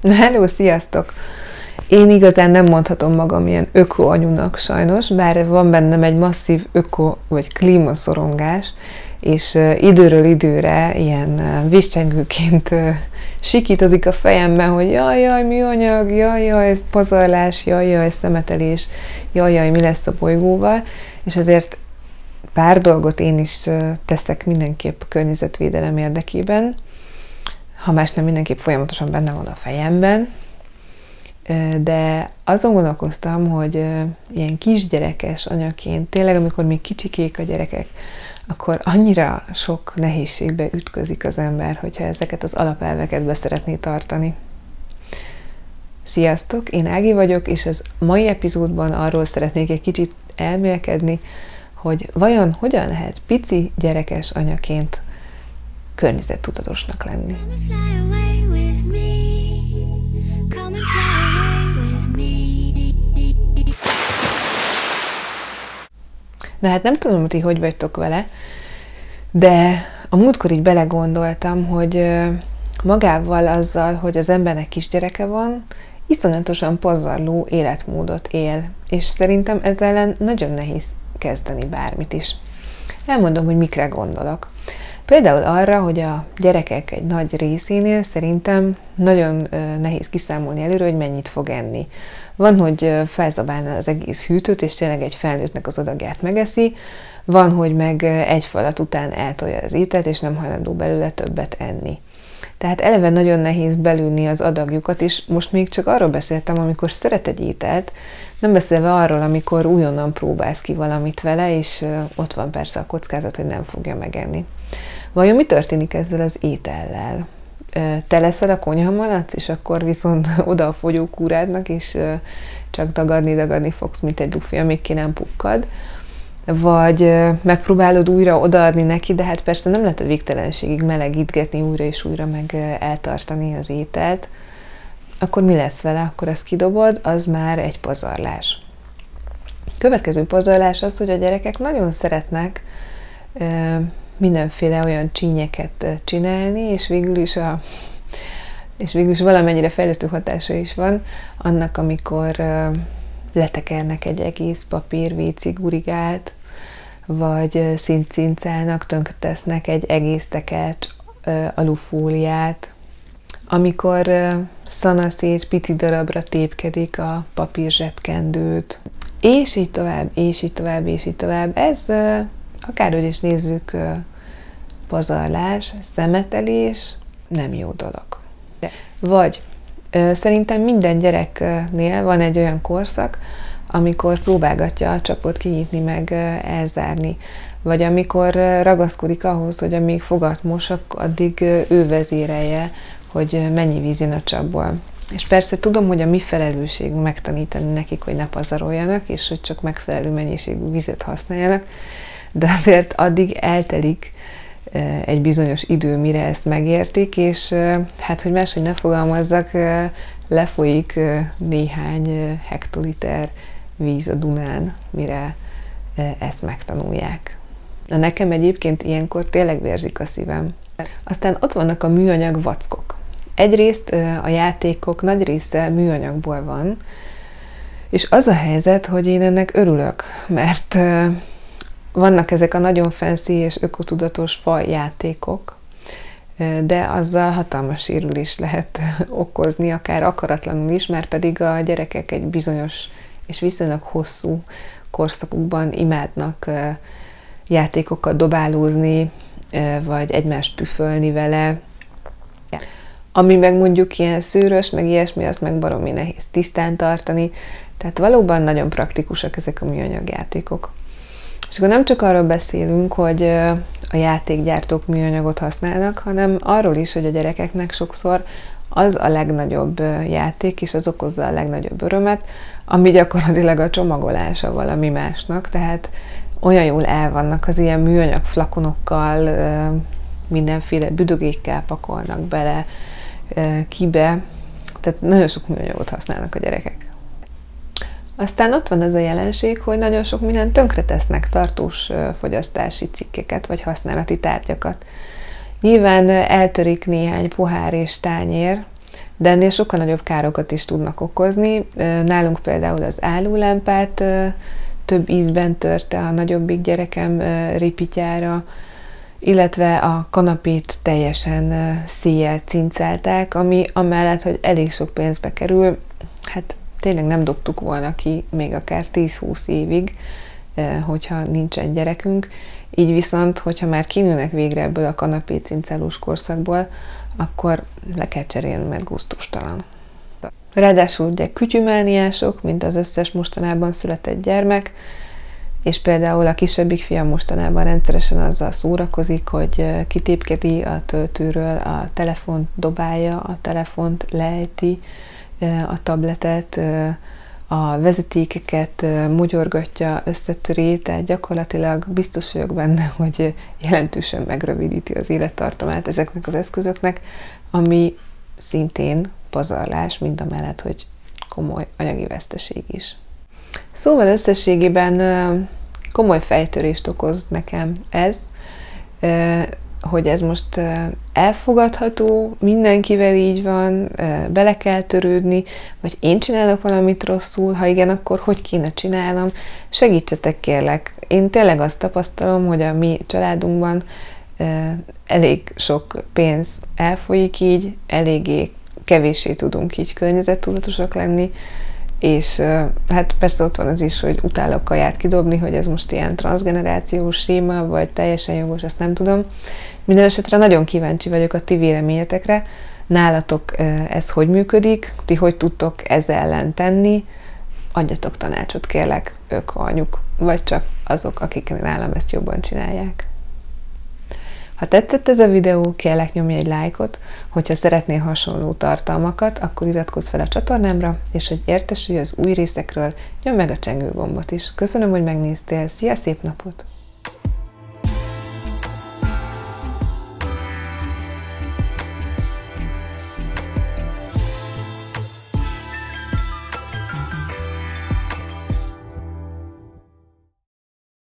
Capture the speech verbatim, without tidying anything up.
Hello, sziasztok! Én igazán nem mondhatom magam ilyen öko-anyunak sajnos, bár van bennem egy masszív öko- vagy klímaszorongás, és időről időre ilyen vízcsengőként sikítozik a fejemben, hogy jaj, jaj, műanyag, jaj, jaj, ez pazarlás, jaj, jaj, szemetelés, jaj, jaj, mi lesz a bolygóval, és ezért pár dolgot én is teszek mindenképp a környezetvédelem érdekében, ha más nem, mindenképp folyamatosan benne van a fejemben, de azon gondolkoztam, hogy ilyen kisgyerekes anyaként, tényleg amikor még kicsikék a gyerekek, akkor annyira sok nehézségbe ütközik az ember, hogyha ezeket az alapelveket be szeretné tartani. Sziasztok, én Ági vagyok, és az mai epizódban arról szeretnék egy kicsit elmélkedni, hogy vajon hogyan lehet pici gyerekes anyaként környezettudatosnak lenni. Na hát nem tudom, hogy ti hogy vagytok vele, de a múltkor így belegondoltam, hogy magával azzal, hogy az embernek kisgyereke van, iszonyatosan pazarló életmódot él, és szerintem ezzel ellen nagyon nehéz kezdeni bármit is. Elmondom, hogy mikre gondolok. Például arra, hogy a gyerekek egy nagy részénél szerintem nagyon nehéz kiszámolni előre, hogy mennyit fog enni. Van, hogy felzabálna az egész hűtőt, és tényleg egy felnőttnek az adagját megeszi, van, hogy meg egy falat után eltolja az ételt, és nem hajlandó belőle többet enni. Tehát eleve nagyon nehéz belülni az adagjukat, és most még csak arról beszéltem, amikor szeret egy ételt, nem beszélve arról, amikor újonnan próbálsz ki valamit vele, és ott van persze a kockázat, hogy nem fogja megenni. Vajon mi történik ezzel az étellel? Te leszel a konyhamalac, és akkor viszont oda a fogyókúrádnak, és csak dagadni-dagadni fogsz, mint egy lufi, amíg ki nem pukkad. Vagy megpróbálod újra odaadni neki, de hát persze nem lehet a végtelenségig melegítgetni újra és újra, meg eltartani az ételt. Akkor mi lesz vele? Akkor ezt kidobod, az már egy pazarlás. Következő pazarlás az, hogy a gyerekek nagyon szeretnek mindenféle olyan csínyeket csinálni, és végül is, a, és végül is valamennyire fejlesztő hatása is van annak, amikor letekernek egy egész papír vécé gurigát, vagy szintcincálnak, tönkretesznek egy egész tekercs alufóliát, amikor szanaszét pici darabra tépkedik a papír zsebkendőt, és így tovább, és így tovább, és így tovább. Ez akárhogy is nézzük, pazarlás, szemetelés, nem jó dolog. Vagy szerintem minden gyereknél van egy olyan korszak, amikor próbálgatja a csapot kinyitni, meg elzárni. Vagy amikor ragaszkodik ahhoz, hogy amíg fogat mos, addig ő vezérelje, hogy mennyi víz jön a csapból. És persze tudom, hogy a mi felelősségünk megtanítani nekik, hogy ne pazaroljanak, és hogy csak megfelelő mennyiségű vizet használjanak, de azért addig eltelik egy bizonyos idő, mire ezt megértik, és hát, hogy máshogy ne fogalmazzak, lefolyik néhány hektoliter víz a Dunán, mire ezt megtanulják. Na, nekem egyébként ilyenkor tényleg vérzik a szívem. Aztán ott vannak a műanyag vackok. Egyrészt a játékok nagy része műanyagból van, és az a helyzet, hogy én ennek örülök, mert vannak ezek a nagyon fancy és ökotudatos fajjátékok, de azzal hatalmas sérülést lehet okozni, akár akaratlanul is, mert pedig a gyerekek egy bizonyos és viszonylag hosszú korszakukban imádnak játékokkal dobálózni, vagy egymást püfölni vele. Ami meg mondjuk ilyen szőrös, meg ilyesmi, azt meg baromi nehéz tisztán tartani, tehát valóban nagyon praktikusak ezek a műanyag játékok. És akkor nem csak arról beszélünk, hogy a játékgyártók műanyagot használnak, hanem arról is, hogy a gyerekeknek sokszor az a legnagyobb játék, és az okozza a legnagyobb örömet, ami gyakorlatilag a csomagolása valami másnak, tehát olyan jól el vannak az ilyen műanyag flakonokkal, mindenféle büdögékkel pakolnak bele, kibe, tehát nagyon sok műanyagot használnak a gyerekek. Aztán ott van ez a jelenség, hogy nagyon sok mindent tönkretesznek, tartós fogyasztási cikkeket, vagy használati tárgyakat. Nyilván eltörik néhány pohár és tányér, de ennél sokkal nagyobb károkat is tudnak okozni. Nálunk például az állólámpát több ízben törte a nagyobbik gyerekem ripityára, illetve a kanapét teljesen széjjel cincálták, ami amellett, hogy elég sok pénzbe kerül, hát tényleg nem dobtuk volna ki még akár tíz-húsz évig, hogyha nincsen gyerekünk. Így viszont, hogyha már kinőnek végre ebből a kanapé cincálós korszakból, akkor le kell cserélni, mert gusztustalan. Ráadásul ugye kütyümániások, mint az összes mostanában született gyermek, és például a kisebbik fiam mostanában rendszeresen azzal szórakozik, hogy kitépkedi a töltőről, a telefont dobálja, a telefont lejti, a tabletet, a vezetékeket mogyorgatja, összetöri, tehát gyakorlatilag biztos vagyok benne, hogy jelentősen megrövidíti az élettartamát ezeknek az eszközöknek, ami szintén pazarlás, mind a mellett, hogy komoly anyagi veszteség is. Szóval összességében komoly fejtörést okoz nekem ez, hogy ez most elfogadható, mindenkivel így van, bele kell törődni, vagy én csinálok valamit rosszul, ha igen, akkor hogy kéne csinálnom, segítsetek kérlek. Én tényleg azt tapasztalom, hogy a mi családunkban elég sok pénz elfolyik így, eléggé kevéssé tudunk így környezettudatosak lenni, és hát persze ott van az is, hogy utálok kaját kidobni, hogy ez most ilyen transzgenerációs séma, vagy teljesen jogos, ezt nem tudom. Minden esetre nagyon kíváncsi vagyok a ti véleményetekre. Nálatok ez hogy működik? Ti hogy tudtok ezzel ellen tenni? Adjatok tanácsot, kérlek, ők anyuk, vagy csak azok, akik nálam ezt jobban csinálják. Ha tetszett ez a videó, kérlek nyomj egy lájkot, hogyha szeretnél hasonló tartalmakat, akkor iratkozz fel a csatornámra, és hogy értesülj az új részekről, nyomd meg a csengőgombot is. Köszönöm, hogy megnéztél, szia, szép napot!